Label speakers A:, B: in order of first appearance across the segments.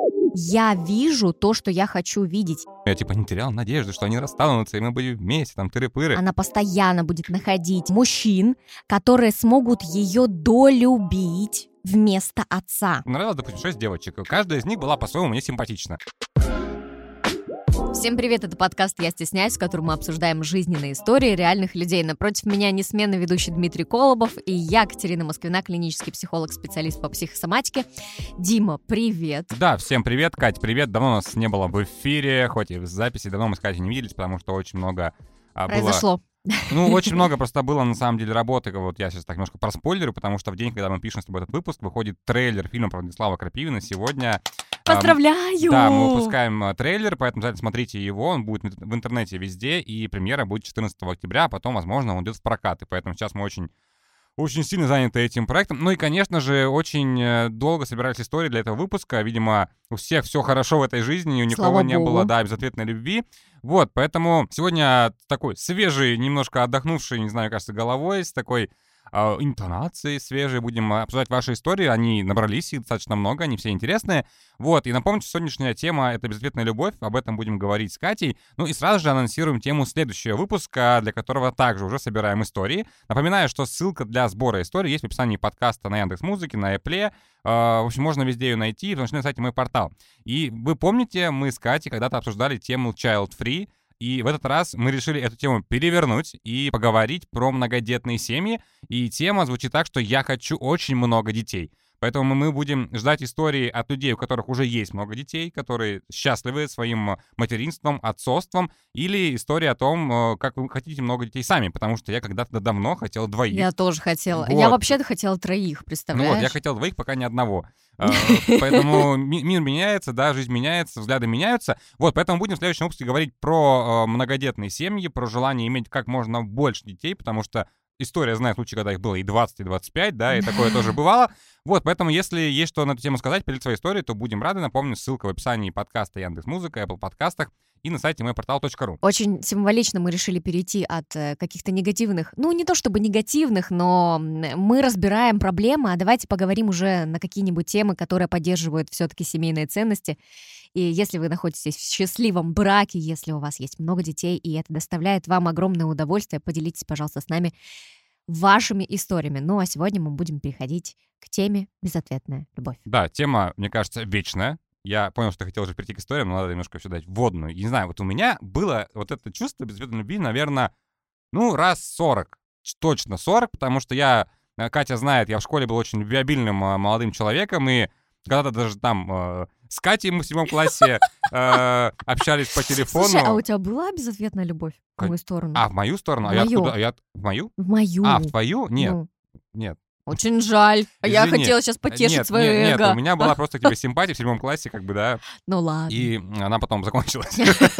A: Я вижу то, что я хочу видеть.
B: Я типа не терял надежды, что они расстанутся, и мы будем вместе, там, тыры-пыры.
A: Она постоянно будет находить мужчин, которые смогут ее долюбить вместо отца.
B: Нравилось, допустим, 6 девочек. Каждая из них была по-своему мне симпатична.
A: Всем привет, это подкаст «Я стесняюсь», в котором мы обсуждаем жизненные истории реальных людей. Напротив меня несменный ведущий Дмитрий Колобов и я, Катерина Москвина, клинический психолог, специалист по психосоматике. Дима, привет.
B: Да, всем привет, Кать, привет. Давно нас не было в эфире, хоть и в записи, давно мы с Катей не виделись, потому что очень много
A: Произошло.
B: очень много просто было, на самом деле, работы. Вот я сейчас так немножко проспойлерю, потому что в день, когда мы пишем с тобой этот выпуск, выходит трейлер фильма про Владислава Крапивина. Сегодня...
A: Поздравляю!
B: Да, мы выпускаем трейлер, поэтому обязательно смотрите его, он будет в интернете везде, и премьера будет 14 октября, а потом, возможно, он идет в прокат, и поэтому сейчас мы очень сильно заняты этим проектом. Ну и, конечно же, очень долго собирались истории для этого выпуска. Видимо, у всех все хорошо в этой жизни, у никого
A: Слава
B: не
A: Богу.
B: было, да, безответной любви. Вот, поэтому сегодня такой свежий, немножко отдохнувший, не знаю, кажется, головой, с такой интонацией свежей будем обсуждать ваши истории. Они набрались, их достаточно много, они все интересные. Вот, и напомню, что сегодняшняя тема — это безответная любовь, об этом будем говорить с Катей. Ну и сразу же анонсируем тему следующего выпуска, для которого также уже собираем истории. Напоминаю, что ссылка для сбора историй есть в описании подкаста на Яндекс.Музыке, на Apple. В общем, можно везде ее найти, потому что на сайте мой портал. И вы помните, мы с Катей когда-то обсуждали тему Child Free, и в этот раз мы решили эту тему перевернуть и поговорить про многодетные семьи. И тема звучит так, что я хочу очень много детей. Поэтому мы будем ждать истории от людей, у которых уже есть много детей, которые счастливы своим материнством, отцовством, или истории о том, как вы хотите много детей сами, потому что я когда-то давно хотел двоих.
A: Я тоже хотела.
B: Вот.
A: Я вообще-то хотела 3, представляешь?
B: Ну вот, я хотел двоих, пока ни одного. Поэтому мир меняется, да, жизнь меняется, взгляды меняются. Вот, поэтому будем в следующем выпуске говорить про многодетные семьи, про желание иметь как можно больше детей, потому что история знает случаи, когда их было и 20, и 25, да, и такое тоже бывало. Вот, поэтому если есть что на эту тему сказать, перед своей историей, то будем рады. Напомню, ссылка в описании подкаста Яндекс.Музыка, Apple подкастах и на сайте moyportal.ru.
A: Очень символично мы решили перейти от каких-то негативных, ну не то чтобы негативных, но мы разбираем проблемы, а давайте поговорим уже на какие-нибудь темы, которые поддерживают все-таки семейные ценности. И если вы находитесь в счастливом браке, если у вас есть много детей, и это доставляет вам огромное удовольствие, поделитесь, пожалуйста, с нами вашими историями. Ну а сегодня мы будем переходить к теме «Безответная любовь».
B: Да, тема, мне кажется, вечная. Я понял, что ты хотел уже прийти к историям, но надо немножко все дать вводную. И не знаю, вот у меня было вот это чувство безответной любви, наверное, раз 40. Точно 40, потому что Катя знает, я в школе был очень любвеобильным молодым человеком, и когда-то даже там с Катей мы в 7 классе общались по телефону.
A: Слушай, а у тебя была безответная любовь в мою сторону?
B: А, в мою сторону?
A: В
B: А я
A: мою.
B: откуда? В мою?
A: В мою.
B: А, в твою? Нет,
A: Ну,
B: нет.
A: очень жаль. А я
B: Извини.
A: хотела сейчас потешить
B: Нет,
A: свое
B: нет,
A: эго.
B: у меня была просто к тебе симпатия в 7 классе, как бы, да,
A: Ну ладно.
B: и она потом закончилась.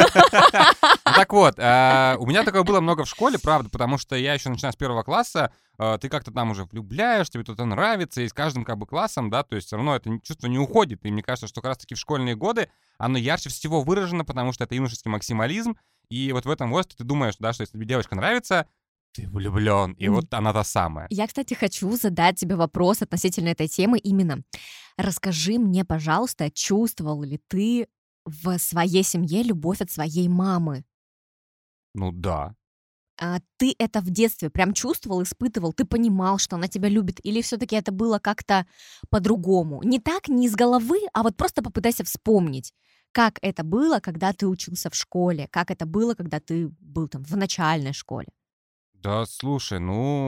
B: Так вот, у меня такое было много в школе, правда, потому что я еще начинаю с 1 класса, ты как-то там уже влюбляешь, тебе кто-то нравится, и с каждым как бы классом, да, то есть все равно это чувство не уходит, и мне кажется, что как раз-таки в школьные годы оно ярче всего выражено, потому что это юношеский максимализм, и вот в этом возрасте ты думаешь, да, что если тебе девочка нравится, ты влюблен, и вот она та самая.
A: Я, кстати, хочу задать тебе вопрос относительно этой темы именно. Расскажи мне, пожалуйста, чувствовал ли ты в своей семье любовь от своей мамы?
B: Ну да.
A: Ты это в детстве прям чувствовал, испытывал, ты понимал, что она тебя любит, или все-таки это было как-то по-другому? Не так, не из головы, а вот просто попытайся вспомнить, как это было, когда ты учился в школе, как это было, когда ты был там в начальной школе.
B: Да, слушай,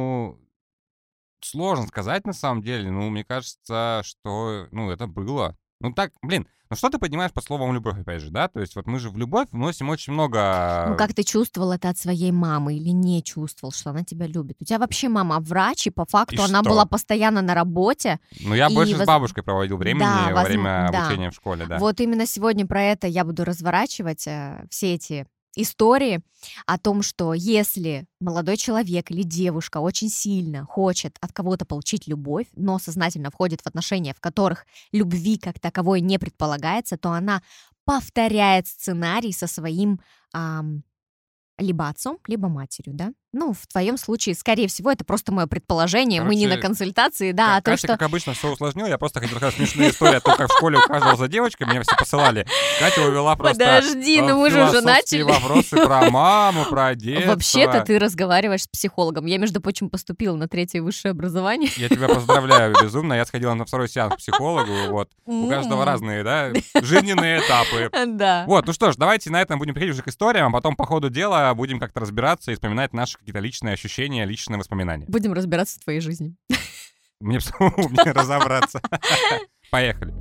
B: сложно сказать на самом деле. Мне кажется, что, это было. Что ты понимаешь под словом «любовь», опять же, да? То есть вот мы же в любовь вносим очень много...
A: Ну, как ты чувствовал это от своей мамы или не чувствовал, что она тебя любит? У тебя вообще мама врач, и по факту
B: И
A: она
B: что?
A: была постоянно на работе.
B: Я
A: и
B: больше с бабушкой проводил времени
A: Да,
B: во время
A: да.
B: обучения в школе, да.
A: Вот именно сегодня про это я буду разворачивать все эти истории о том, что если молодой человек или девушка очень сильно хочет от кого-то получить любовь, но сознательно входит в отношения, в которых любви как таковой не предполагается, то она повторяет сценарий со своим либо отцом, либо матерью, да? Ну, в твоем случае, скорее всего, это просто мое предположение. Мы не на консультации, да, а то,
B: Катя, как обычно, все усложнил. Я просто хотел рассказать смешную историю о том, как в школе ухаживал за девочкой, меня все посылали. Катя увела просто
A: Подожди, ну мы же уже начали.
B: вопросы про маму, про детство.
A: Вообще-то ты разговариваешь с психологом. Я, между прочим, поступила на 3-е высшее образование.
B: Я тебя поздравляю безумно. Я сходила на 2-й сеанс к психологу. Вот. У каждого разные, да, жизненные этапы.
A: Да.
B: Вот, ну что ж, давайте на этом будем переходить уже к историям, а потом по ходу дела будем как-то разбираться и вспоминать наши какие-то личные ощущения, личные воспоминания.
A: Будем разбираться в твоей жизни.
B: Мне разобраться. Поехали.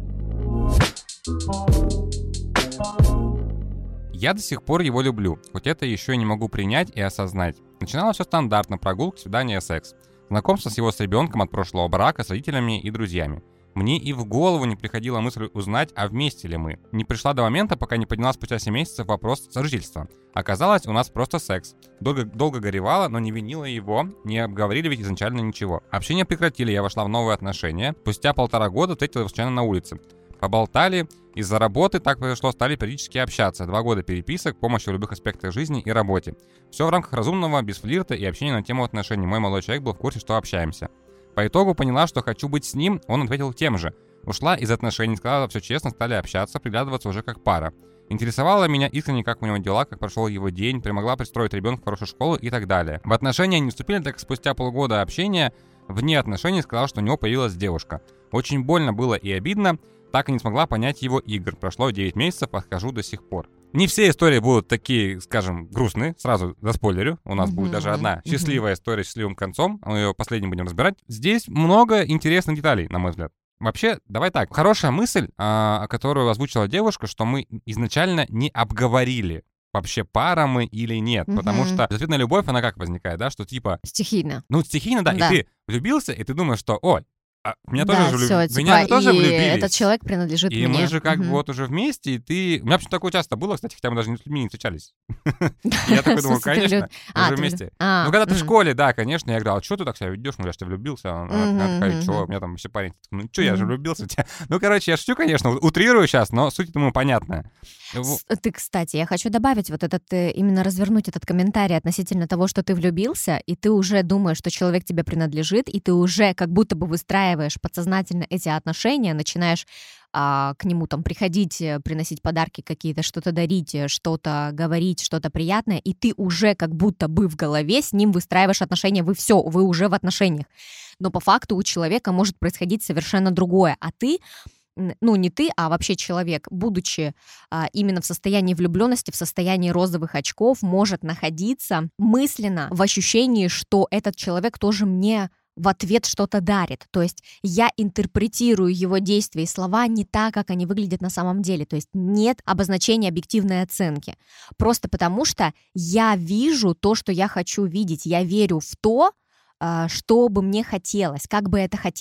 B: Я до сих пор его люблю, хоть это еще и не могу принять и осознать. Начиналось все стандартно: прогулки, свидания, секс. Знакомство с его ребенком от прошлого брака, с родителями и друзьями. Мне и в голову не приходила мысль узнать, а вместе ли мы. Не пришла до момента, пока не подняла спустя 7 месяцев вопрос сожительства. Оказалось, у нас просто секс. Долго горевала, но не винила его, не обговорили ведь изначально ничего. Общение прекратили, я вошла в новые отношения. Спустя 1,5 года встретила его случайно на улице. Поболтали, из-за работы так произошло, стали периодически общаться. 2 года переписок, помощи в любых аспектах жизни и работе. Все в рамках разумного, без флирта и общения на тему отношений. Мой молодой человек был в курсе, что общаемся. По итогу поняла, что хочу быть с ним, он ответил тем же. Ушла из отношений, сказала все честно, стали общаться, приглядываться уже как пара. Интересовало меня искренне, как у него дела, как прошел его день, помогла пристроить ребенка в хорошую школу и так далее. В отношения не вступили, так как спустя полгода общения вне отношений сказал, что у него появилась девушка. Очень больно было и обидно, так и не смогла понять его игр. Прошло 9 месяцев, отхожу до сих пор. Не все истории будут такие, скажем, грустные, сразу заспойлерю. У нас будет даже одна счастливая история с счастливым концом, мы ее последним будем разбирать. Здесь много интересных деталей, на мой взгляд. Вообще, давай так, хорошая мысль, которую озвучила девушка, что мы изначально не обговорили, вообще пара мы или нет, потому что безответная любовь, она как возникает, да, что типа...
A: Стихийно.
B: Ну, стихийно, да, и ты влюбился, и ты думаешь, что, ой, меня
A: да,
B: тоже
A: всё,
B: меня тоже влюбились.
A: Этот человек принадлежит
B: и
A: мне.
B: Мы же как бы вот уже вместе, и ты... У меня вообще такое часто было, кстати, хотя мы даже с людьми не встречались. Я такой думал, конечно, мы же вместе. Ну, когда ты в школе, да, конечно, я говорю, а что ты так себя ведешь? Ну, я же ты влюбился. Она такая, что? У меня там все парень. Ну, что, я же влюбился в тебя. Ну, короче, я шучу, конечно, утрирую сейчас, но суть этому понятная.
A: Ты, кстати, я хочу добавить вот этот, именно развернуть этот комментарий относительно того, что ты влюбился, и ты уже думаешь, что человек тебе принадлежит, и ты уже как будто бы выстраиваешь подсознательно эти отношения, начинаешь к нему там приходить, приносить подарки какие-то, что-то дарить, что-то говорить, что-то приятное, и ты уже как будто бы в голове с ним выстраиваешь отношения, вы уже в отношениях. Но по факту у человека может происходить совершенно другое, а ты, ну не ты, а вообще человек, будучи именно в состоянии влюбленности, в состоянии розовых очков, может находиться мысленно в ощущении, что этот человек тоже мне в ответ что-то дарит. То есть я интерпретирую его действия и слова не так, как они выглядят на самом деле. То есть нет обозначения объективной оценки. Просто потому что я вижу то, что я хочу видеть. Я верю в то, что бы мне хотелось, как бы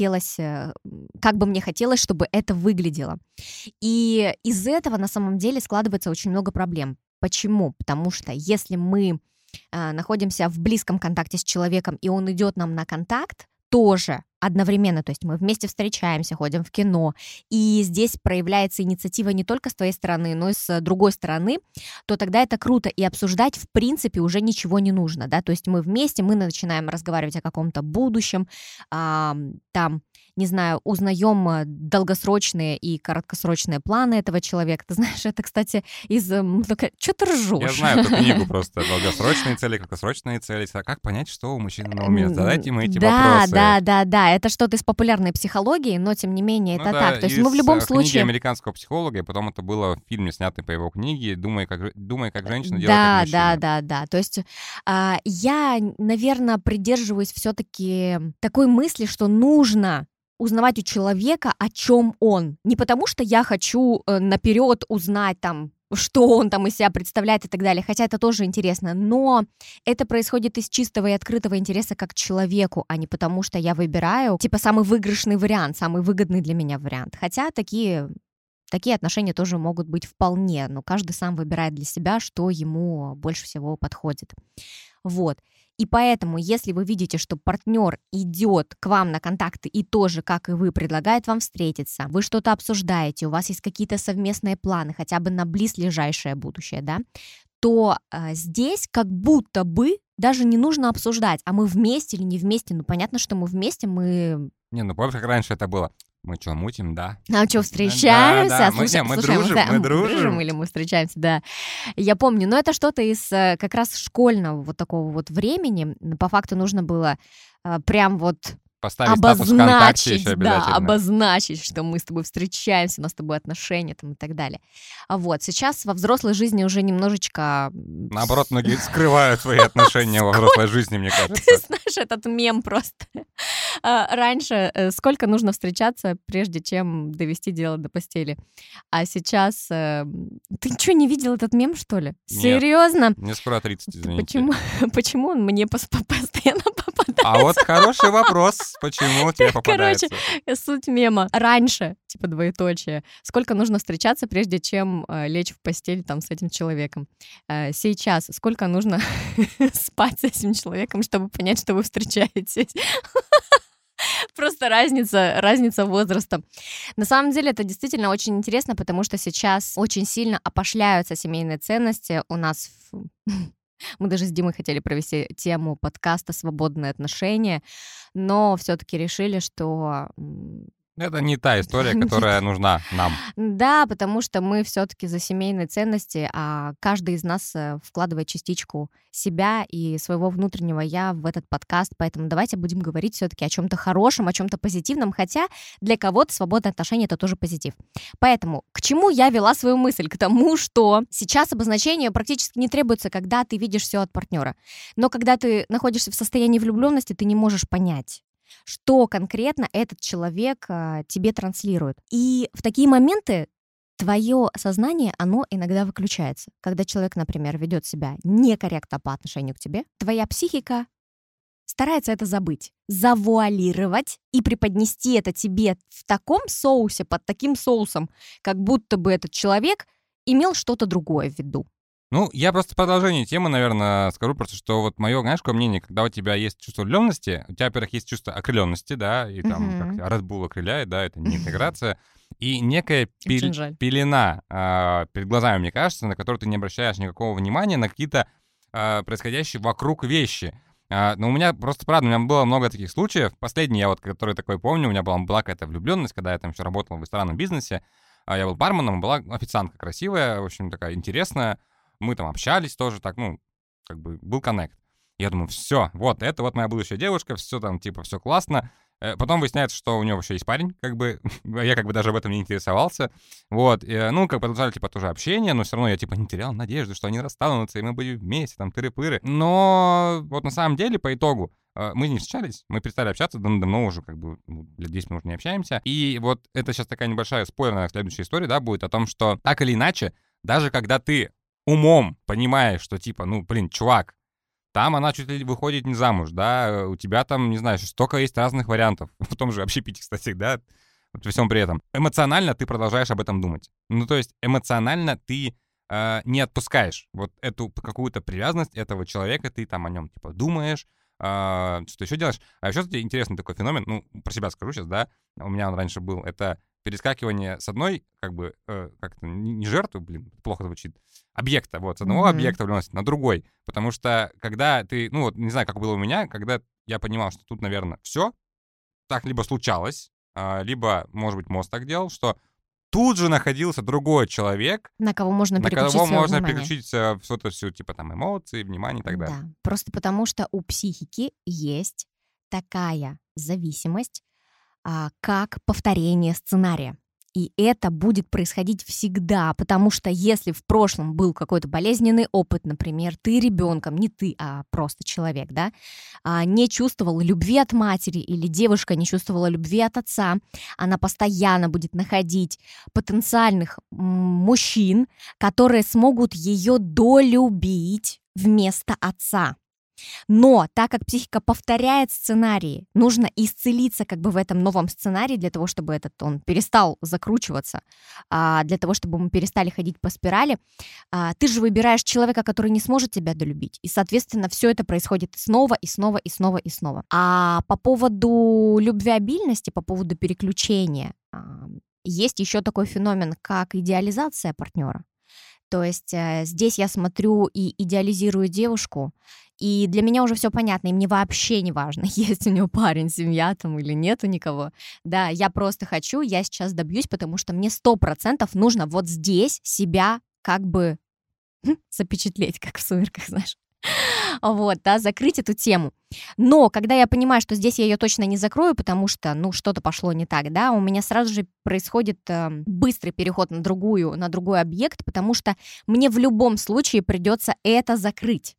A: мне хотелось, чтобы это выглядело. И из этого на самом деле складывается очень много проблем. Почему? Потому что если мы находимся в близком контакте с человеком, и он идет нам на контакт, тоже одновременно, то есть мы вместе встречаемся, ходим в кино, и здесь проявляется инициатива не только с твоей стороны, но и с другой стороны, то тогда это круто, и обсуждать в принципе уже ничего не нужно, да, то есть мы вместе, мы начинаем разговаривать о каком-то будущем, там, не знаю, узнаем долгосрочные и краткосрочные планы этого человека. Ты знаешь, это, кстати, Чё ты ржёшь?
B: Я знаю эту книгу просто. Долгосрочные цели, краткосрочные цели. Как понять, что у мужчины на уме? Задайте ему эти вопросы.
A: Да. Это что-то из популярной психологии, но, тем не менее, это так. То есть мы в любом случае...
B: книги американского психолога, и потом это было в фильме, снятый по его книге «Думай, как женщина, делай как мужчина».
A: Да. То есть я, наверное, придерживаюсь все-таки такой мысли, что нужно узнавать у человека, о чем он. Не потому, что я хочу наперед узнать там, что он там из себя представляет и так далее, хотя это тоже интересно, но это происходит из чистого и открытого интереса как к человеку, а не потому, что я выбираю, типа, самый выигрышный вариант, самый выгодный для меня вариант. Хотя такие отношения тоже могут быть вполне, но каждый сам выбирает для себя, что ему больше всего подходит. Вот. И поэтому, если вы видите, что партнер идет к вам на контакты и тоже, как и вы, предлагает вам встретиться, вы что-то обсуждаете, у вас есть какие-то совместные планы, хотя бы на близлежащее будущее, да, то здесь как будто бы даже не нужно обсуждать, а мы вместе или не вместе. Ну, понятно, что мы вместе, мы...
B: Не, ну помнишь, как раньше это было? Мы что, мутим, да?
A: А что, встречаемся?
B: Да.
A: Слушай,
B: Мы
A: слушай,
B: дружим, мы дружим.
A: или мы встречаемся, да. Я помню, но это что-то из как раз школьного вот такого вот времени. По факту нужно было прям вот
B: Поставить статус ВКонтакте еще
A: да,
B: обязательно.
A: обозначить, что мы с тобой встречаемся, у нас с тобой отношения там, и так далее. А вот сейчас во взрослой жизни уже немножечко...
B: Наоборот, многие скрывают свои отношения во взрослой жизни, мне кажется.
A: Ты знаешь, этот мем просто. Раньше сколько нужно встречаться, прежде чем довести дело до постели? А сейчас... Ты что, не видел этот мем, что ли?
B: Нет.
A: Серьезно?
B: Мне скоро 30, извините.
A: Почему он мне постоянно попадается?
B: А вот хороший вопрос, почему тебе попадается?
A: Короче, суть мема. Раньше, типа двоеточие, сколько нужно встречаться, прежде чем лечь в постель там с этим человеком? Сейчас сколько нужно спать с этим человеком, чтобы понять, что вы встречаетесь? Просто разница возраста. На самом деле это действительно очень интересно, потому что сейчас очень сильно опошляются семейные ценности. У нас мы даже с Димой хотели провести тему подкаста «Свободные отношения», но все-таки решили, что...
B: Это не та история, которая нужна нам.
A: Да, потому что мы все-таки за семейные ценности, а каждый из нас вкладывает частичку себя и своего внутреннего я в этот подкаст, поэтому давайте будем говорить все-таки о чем-то хорошем, о чем-то позитивном, хотя для кого-то свободные отношения — это тоже позитив. Поэтому к чему я вела свою мысль? К тому, что сейчас обозначение практически не требуется, когда ты видишь все от партнера. Но когда ты находишься в состоянии влюбленности, ты не можешь понять, что конкретно этот человек тебе транслирует. И в такие моменты твое сознание, оно иногда выключается. Когда человек, например, ведет себя некорректно по отношению к тебе, твоя психика старается это забыть, завуалировать и преподнести это тебе в таком соусе, под таким соусом, как будто бы этот человек имел что-то другое в виду.
B: Ну, я просто в продолжении темы, наверное, скажу просто, что вот мое, знаешь, какое мнение, когда у тебя есть чувство влюбленности, у тебя, во-первых, есть чувство окрыленности, да, и там как Red Bull окрыляет, да, это не интеграция, и некая пелена перед глазами, мне кажется, на которую ты не обращаешь никакого внимания, на какие-то происходящие вокруг вещи. Но у меня просто, правда, у меня было много таких случаев. Последний я вот, который такой помню, у меня была какая-то влюбленность, когда я там еще работал в ресторанном бизнесе, я был барменом, была официантка красивая, в общем, такая интересная. Мы там общались тоже, так, ну, как бы был коннект. Я думаю, все, вот, это вот моя будущая девушка, все там, типа, все классно. Потом выясняется, что у него вообще есть парень, как бы, я как бы даже об этом не интересовался. Вот, ну, как продолжали, типа, тоже общение, но все равно я, типа, не терял надежды, что они расстанутся, и мы будем вместе, там, тыры-пыры. Но вот на самом деле, по итогу, мы не встречались, мы перестали общаться, давно уже, как бы, лет 10 мы уже не общаемся. И вот это сейчас такая небольшая спойлерная следующая история, да, будет о том, что так или иначе, даже когда ты умом понимаешь, что типа, ну, блин, чувак, там она чуть ли выходит не замуж, да, у тебя там, не знаю, столько есть разных вариантов, в том же общепите, кстати, да, вот во всем при этом. Эмоционально ты продолжаешь об этом думать. Ну, то есть эмоционально ты не отпускаешь вот эту какую-то привязанность этого человека, ты там о нем, типа, думаешь, что еще делаешь. А еще, кстати, интересный такой феномен, ну, про себя скажу сейчас, да, у меня он раньше был, это перескакивание с одной, как бы, как-то не жертвы, блин, плохо звучит, объекта, вот, с одного объекта влюбленности на другой. Потому что, когда ты, ну, вот, не знаю, как было у меня, когда я понимал, что тут, наверное, все, так либо случалось, либо, может быть, мозг так делал, что тут же находился другой человек,
A: на кого можно
B: переключить что-то все, типа, там, эмоции, внимание и так далее.
A: Да, просто потому что у психики есть такая зависимость, как повторение сценария. И это будет происходить всегда, потому что если в прошлом был какой-то болезненный опыт, например, ты ребенком, не ты, а просто человек, да, не чувствовал любви от матери или девушка не чувствовала любви от отца, она постоянно будет находить потенциальных мужчин, которые смогут ее долюбить вместо отца. Но так как психика повторяет сценарии, нужно исцелиться как бы в этом новом сценарии для того, чтобы он перестал закручиваться, для того, чтобы мы перестали ходить по спирали. Ты же выбираешь человека, который не сможет тебя долюбить, и, соответственно, все это происходит снова и снова и снова и снова. А по поводу любвеобильности, по поводу переключения, есть еще такой феномен, как идеализация партнера. То есть здесь я смотрю и идеализирую девушку, и для меня уже все понятно, и мне вообще не важно, есть у нее парень, семья там или нету никого. Да, я просто хочу, я сейчас добьюсь, потому что мне 100% нужно вот здесь себя как бы запечатлеть, как в «Сумерках», знаешь. Вот, да, закрыть эту тему. Но когда я понимаю, что здесь я ее точно не закрою, потому что, ну, что-то пошло не так, да, у меня сразу же происходит быстрый переход на другой объект, потому что мне в любом случае придется это закрыть.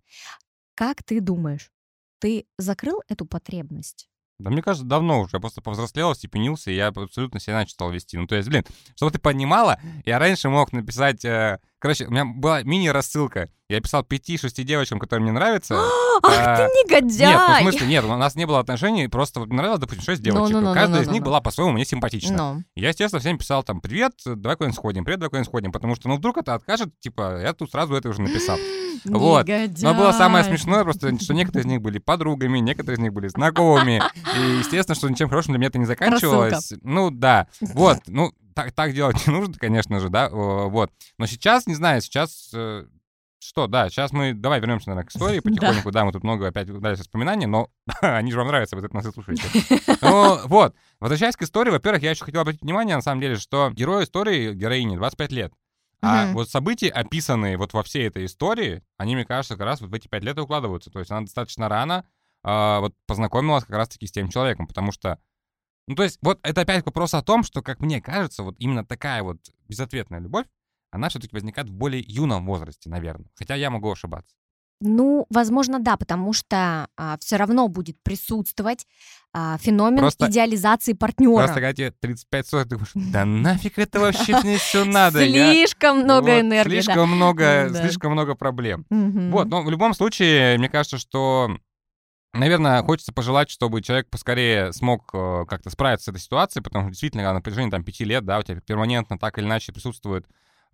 A: Как ты думаешь, ты закрыл эту потребность?
B: Да мне кажется, давно уже. Я просто повзрослел, остепенился, и я абсолютно себя иначе стал вести. Ну, то есть, блин, чтобы ты понимала, я раньше мог написать... Короче, у меня была мини-рассылка. Я писал 5-6 девочкам, которые мне нравятся.
A: Ах ты негодяй!
B: Нет, ну, в смысле, нет, у нас не было отношений, просто вот нравилось, допустим, 6 девочек. Каждая из них была по-своему мне симпатична. Я, естественно, всем писал там: привет, давай куда-нибудь сходим, привет, давай куда-нибудь сходим, потому что, ну, вдруг это откажет, типа, я тут сразу это уже написал. Вот. Но было самое смешное просто, что некоторые из них были подругами, некоторые из них были знакомыми. И, естественно, что ничем хорошим для меня это не заканчивалось.
A: Рассылка.
B: Ну, да. Вот. Ну, так делать не нужно, конечно же, да. Вот. Но сейчас, не знаю, сейчас... Что, да, сейчас мы... Давай вернемся, наверное, к истории потихоньку. Да, мы тут много опять удались воспоминаний, но они же вам нравятся, вы это нас и слушаете. Ну, вот. Возвращаясь к истории, во-первых, я еще хотел обратить внимание, на самом деле, что герою истории, героине 25 лет. А вот события, описанные вот во всей этой истории, они, мне кажется, как раз вот в эти 5 лет и укладываются. То есть она достаточно рано вот познакомилась как раз-таки с тем человеком, потому что... Ну, то есть вот это опять вопрос о том, что, как мне кажется, вот именно такая вот безответная любовь, она все-таки возникает в более юном возрасте, наверное. Хотя я могу ошибаться.
A: Ну, возможно, да, потому что все равно будет присутствовать феномен идеализации партнера.
B: Просто когда тебе 35-40, ты думаешь, да нафиг это вообще мне все надо.
A: Слишком много энергии.
B: Слишком много проблем. Вот, но в любом случае, мне кажется, что, наверное, хочется пожелать, чтобы человек поскорее смог как-то справиться с этой ситуацией, потому что действительно на протяжении там 5 лет, да, у тебя перманентно так или иначе присутствует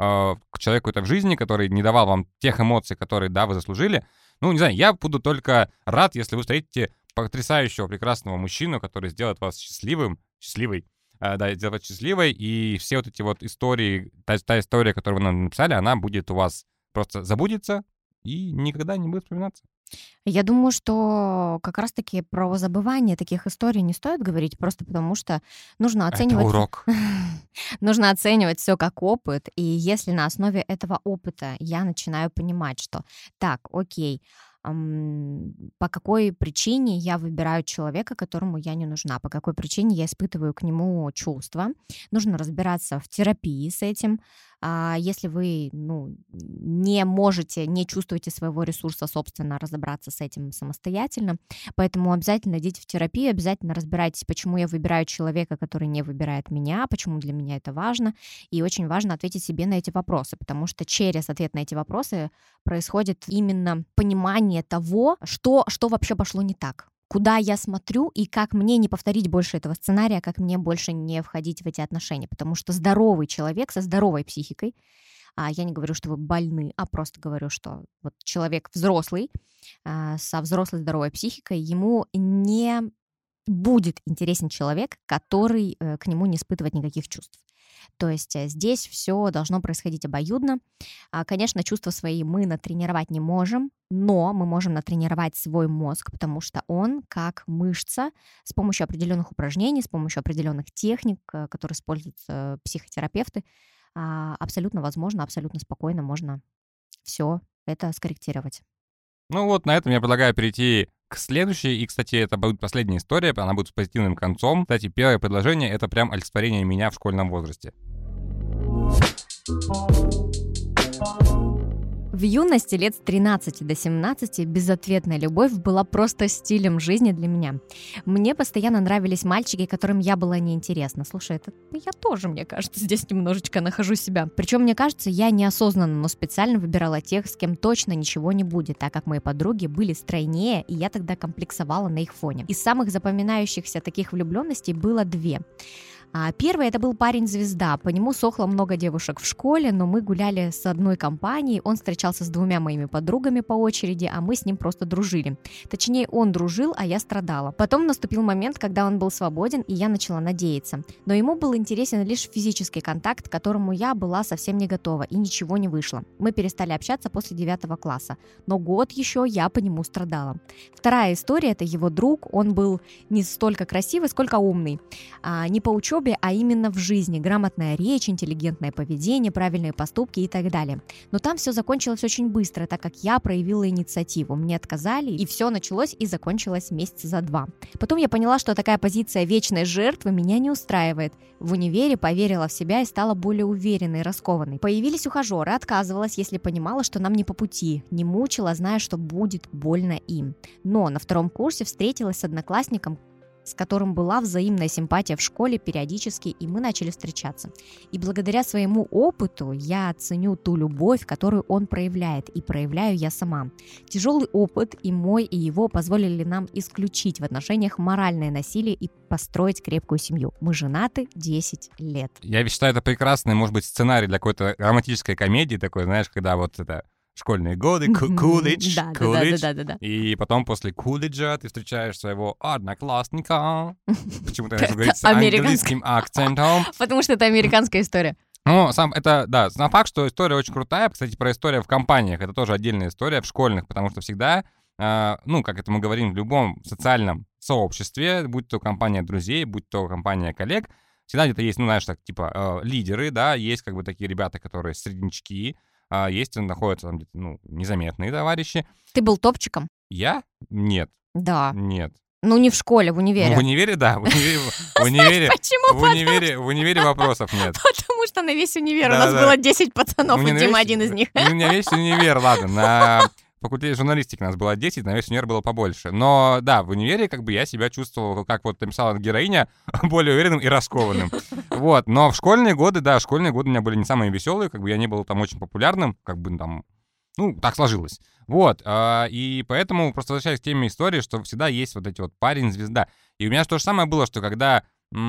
B: к человеку это в жизни, который не давал вам тех эмоций, которые, да, вы заслужили. Ну, не знаю, я буду только рад, если вы встретите потрясающего, прекрасного мужчину, который сделает вас счастливой, сделает вас счастливой, и все вот эти вот истории, та история, которую вы нам написали, она будет у вас просто забудется и никогда не будет вспоминаться.
A: Я думаю, что как раз-таки про забывание таких историй не стоит говорить, просто потому что нужно оценивать...
B: Это урок.
A: Нужно оценивать все как опыт, и если на основе этого опыта я начинаю понимать, что так, окей, по какой причине я выбираю человека, которому я не нужна, по какой причине я испытываю к нему чувства. Нужно разбираться в терапии с этим. Если вы не можете, не чувствуете своего ресурса, собственно, разобраться с этим самостоятельно, поэтому обязательно идите в терапию, обязательно разбирайтесь, почему я выбираю человека, который не выбирает меня, почему для меня это важно, и очень важно ответить себе на эти вопросы, потому что через ответ на эти вопросы происходит именно понимание того, что вообще пошло не так. Куда я смотрю и как мне не повторить больше этого сценария, как мне больше не входить в эти отношения. Потому что здоровый человек со здоровой психикой, я не говорю, что вы больны, а просто говорю, что вот человек взрослый, со взрослой здоровой психикой, ему не будет интересен человек, который к нему не испытывает никаких чувств. То есть здесь все должно происходить обоюдно. Конечно, чувства свои мы натренировать не можем, но мы можем натренировать свой мозг, потому что он, как мышца, с помощью определенных упражнений, с помощью определенных техник, которые используют психотерапевты, абсолютно возможно, абсолютно спокойно можно все это скорректировать.
B: Ну вот, на этом я предлагаю перейти к следующей. И, кстати, это будет последняя история, она будет с позитивным концом. Кстати, первое предложение — это прям олицетворение меня в школьном возрасте.
A: В юности лет с 13 до 17 безответная любовь была просто стилем жизни для меня. Мне постоянно нравились мальчики, которым я была неинтересна. Слушай, это я тоже, мне кажется, здесь немножечко нахожу себя. Причем, мне кажется, я неосознанно, но специально выбирала тех, с кем точно ничего не будет, так как мои подруги были стройнее, и я тогда комплексовала на их фоне. Из самых запоминающихся таких влюбленностей было 2. Первый это был парень-звезда. По нему сохло много девушек в школе, но мы гуляли с одной компанией. Он встречался с 2 моими подругами по очереди, а мы с ним просто дружили. Точнее, он дружил, а я страдала. Потом наступил момент, когда он был свободен, и я начала надеяться. Но ему был интересен лишь физический контакт, к которому я была совсем не готова, и ничего не вышло. Мы перестали общаться после 9 класса. Но год еще я по нему страдала. Вторая история – это его друг. Он был не столько красивый, сколько умный. Не по учебе, а именно в жизни. Грамотная речь, интеллигентное поведение, правильные поступки и так далее. Но там все закончилось очень быстро, так как я проявила инициативу. Мне отказали, и все началось и закончилось месяца за 2. Потом я поняла, что такая позиция вечной жертвы меня не устраивает. В универе поверила в себя и стала более уверенной, раскованной. Появились ухажеры, отказывалась, если понимала, что нам не по пути. Не мучила, зная, что будет больно им. Но на 2 курсе встретилась с одноклассником, с которым была взаимная симпатия в школе периодически, и мы начали встречаться. И благодаря своему опыту я ценю ту любовь, которую он проявляет, и проявляю я сама. Тяжелый опыт и мой, и его позволили нам исключить в отношениях моральное насилие и построить крепкую семью. Мы женаты 10 лет.
B: Я считаю, это прекрасный, может быть, сценарий для какой-то романтической комедии, такой, знаешь, когда вот это... школьные годы, колледж,
A: Да.
B: и потом после колледжа ты встречаешь своего одноклассника, почему-то это говорится с английским акцентом.
A: Потому что это американская история.
B: Ну, сам факт, что история очень крутая, кстати, про историю в компаниях, это тоже отдельная история в школьных, потому что всегда, как это мы говорим в любом социальном сообществе, будь то компания друзей, будь то компания коллег, всегда где-то есть, лидеры, да, есть как бы такие ребята, которые среднячки, есть, находятся там где-то, незаметные товарищи.
A: Ты был топчиком?
B: Я? Нет.
A: Да.
B: Нет.
A: Ну, не в школе, в универе.
B: В универе, да. В универе,
A: Почему?
B: в универе вопросов нет.
A: Потому что на весь универ у нас было 10 пацанов, и Дима один из них.
B: У меня весь универ, ладно, на факультете журналистики нас было 10, на весь универ было побольше. Но да, в универе как бы я себя чувствовал, как вот написала героиня, более уверенным и раскованным. Вот, но в школьные годы у меня были не самые веселые, как бы я не был там очень популярным, как бы там, так сложилось. Вот, и поэтому просто возвращаясь к теме истории, что всегда есть вот эти вот парень-звезда. И у меня то же самое было, что когда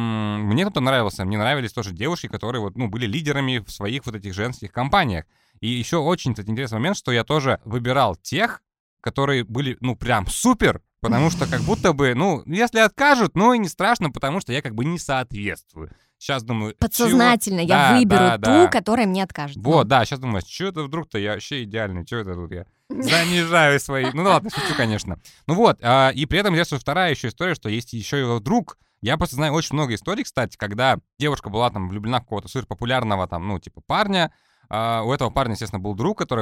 B: мне кто-то нравился, мне нравились тоже девушки, которые были лидерами в своих вот этих женских компаниях. И еще очень, кстати, интересный момент, что я тоже выбирал тех, которые были, прям супер, потому что как будто бы, если откажут, и не страшно, потому что я как бы не соответствую. Сейчас думаю...
A: Подсознательно я выберу ту, которая мне откажет.
B: Вот, да, сейчас думаю, что это вдруг-то я вообще идеальный, что это тут я занижаю свои... Ладно, шучу, конечно. И при этом здесь вторая еще история, что есть еще его друг. Я просто знаю очень много историй, кстати, когда девушка была там влюблена в какого-то суперпопулярного парня. У этого парня, естественно, был друг, который,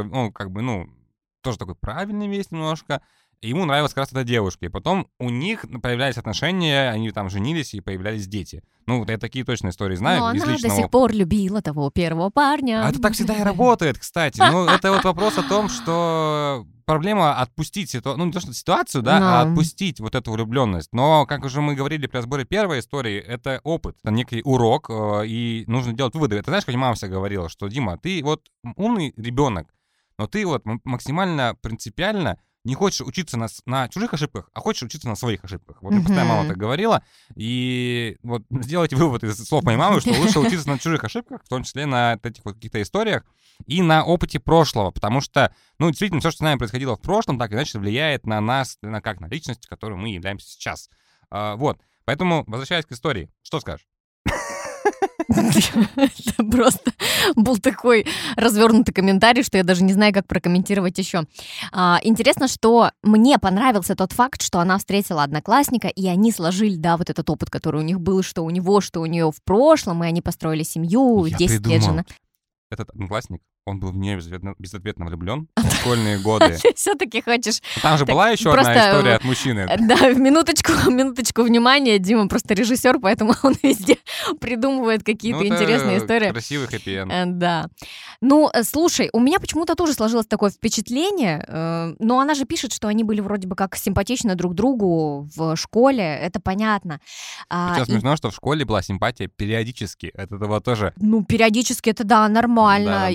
B: тоже такой правильный весь немножко. И ему нравилась как раз эта девушка. И потом у них появлялись отношения, они там женились и появлялись дети. Я такие точно истории знаю.
A: Но она до сих пор любила того первого парня.
B: А это так всегда и работает, кстати. Это вот вопрос о том, что проблема отпустить не то что ситуацию, да, а отпустить вот эту влюбленность. Но, как уже мы говорили при разборе первой истории, это опыт, это некий урок, и нужно делать выводы. Это знаешь, как мама всегда говорила, что, Дима, ты вот умный ребенок, но ты вот максимально принципиально не хочешь учиться на чужих ошибках, а хочешь учиться на своих ошибках. Вот мне постоянно мама так говорила. И вот сделайте вывод из слов моей мамы, что лучше учиться на чужих ошибках, в том числе на этих вот каких-то историях, и на опыте прошлого. Потому что, действительно, все, что с нами происходило в прошлом, так иначе влияет на нас, как на личность, которой мы являемся сейчас. Вот. Поэтому, возвращаясь к истории, что скажешь?
A: Это просто был такой развернутый комментарий, что я даже не знаю, как прокомментировать еще. Интересно, что мне понравился тот факт, что она встретила одноклассника, и они сложили, вот этот опыт, который у них был, что у него, что у нее в прошлом, и они построили семью, 10 лет жена.
B: Этот одноклассник, он был в нее безответно влюблен в школьные годы.
A: Все-таки хочешь...
B: Там же была еще одна история от мужчины.
A: Да, минуточку внимания. Дима просто режиссер, поэтому он везде придумывает какие-то интересные истории.
B: Красивый хэппи-энд.
A: Да. Слушай, у меня почему-то тоже сложилось такое впечатление, но она же пишет, что они были вроде бы как симпатичны друг другу в школе, это понятно.
B: Сейчас смешно, что в школе была симпатия периодически. Это было тоже...
A: Периодически это, да, нормально.
B: Да.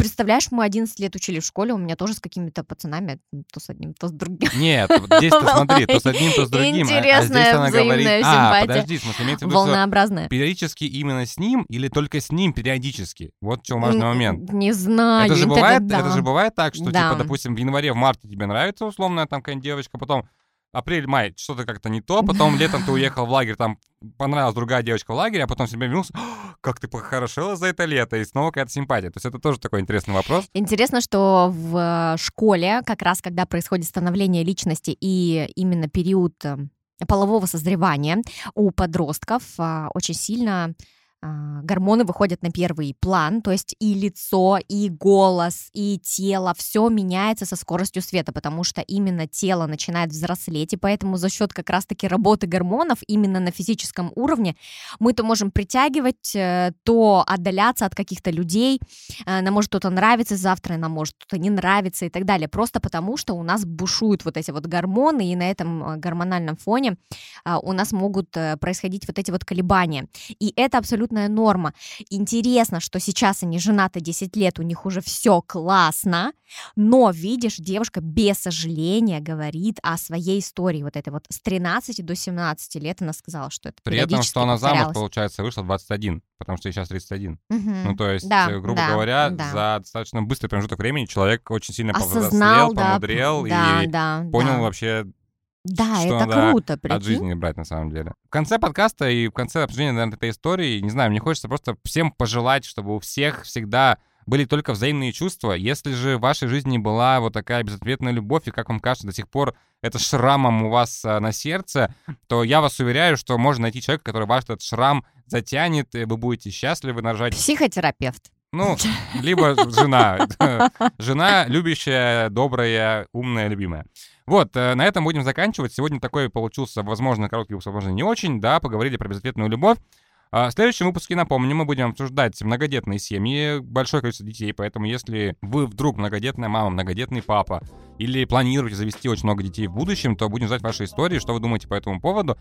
A: представляешь, мы 11 лет учили в школе, у меня тоже с какими-то пацанами, то с одним, то с другим.
B: Нет, здесь-то смотри, то с одним, то с другим. А здесь она говорит... подожди, в смысле, имеется в виду,
A: волнообразная.
B: Периодически именно с ним или только с ним периодически? Вот в чем важный момент.
A: Не знаю.
B: Это же бывает так, что, типа, допустим, в январе, в марте тебе нравится условная там какая-нибудь девочка, потом апрель-май что-то как-то не то, потом летом ты уехал в лагерь, там понравилась другая девочка в лагере, а потом себе вернулся, как ты похорошела за это лето, и снова какая-то симпатия. То есть это тоже такой интересный вопрос.
A: Интересно, что в школе, как раз когда происходит становление личности и именно период полового созревания у подростков, очень сильно гормоны выходят на первый план, то есть и лицо, и голос, и тело, все меняется со скоростью света, потому что именно тело начинает взрослеть, и поэтому за счет как раз-таки работы гормонов именно на физическом уровне мы то можем притягивать, то отдаляться от каких-то людей, нам может кто-то нравиться завтра, нам может кто-то не нравиться и так далее, просто потому что у нас бушуют вот эти вот гормоны, и на этом гормональном фоне у нас могут происходить вот эти вот колебания, и это абсолютная норма. Интересно, что сейчас они женаты 10 лет, у них уже все классно, но, видишь, девушка без сожаления говорит о своей истории, вот этой вот с 13 до 17 лет она сказала, что это
B: при этом, что она замуж, получается, вышла 21, потому что ей сейчас 31. Ну, то есть, грубо говоря, за достаточно быстрый промежуток времени человек очень сильно повзрослел, помудрел и понял вообще,
A: да,
B: что
A: это
B: надо
A: круто, прикинь.
B: от жизни брать на самом деле. В конце подкаста и в конце обсуждения, наверное, этой истории, не знаю, мне хочется просто всем пожелать, чтобы у всех всегда были только взаимные чувства. Если же в вашей жизни была вот такая безответная любовь, и, как вам кажется, до сих пор это шрамом у вас на сердце, то я вас уверяю, что можно найти человека, который ваш этот шрам затянет, и вы будете счастливы нарожать.
A: Психотерапевт.
B: Ну, либо жена. Жена любящая, добрая, умная, любимая. Вот, на этом будем заканчивать. Сегодня такой получился, возможно, короткий выпуск, возможно, не очень, да, поговорили про безответную любовь. В следующем выпуске, напомню, мы будем обсуждать многодетные семьи, большое количество детей, поэтому если вы вдруг многодетная мама, многодетный папа, или планируете завести очень много детей в будущем, то будем ждать ваши истории, что вы думаете по этому поводу.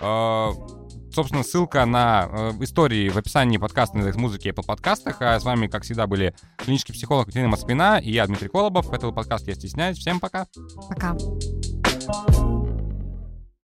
B: Собственно, ссылка на истории в описании подкаста на Яндекс.Музыке и Apple подкастах. А с вами, как всегда, были клинический психолог Екатерина Москвина и я, Дмитрий Колобов. Это был подкаст «Я стесняюсь». Всем пока.
A: Пока.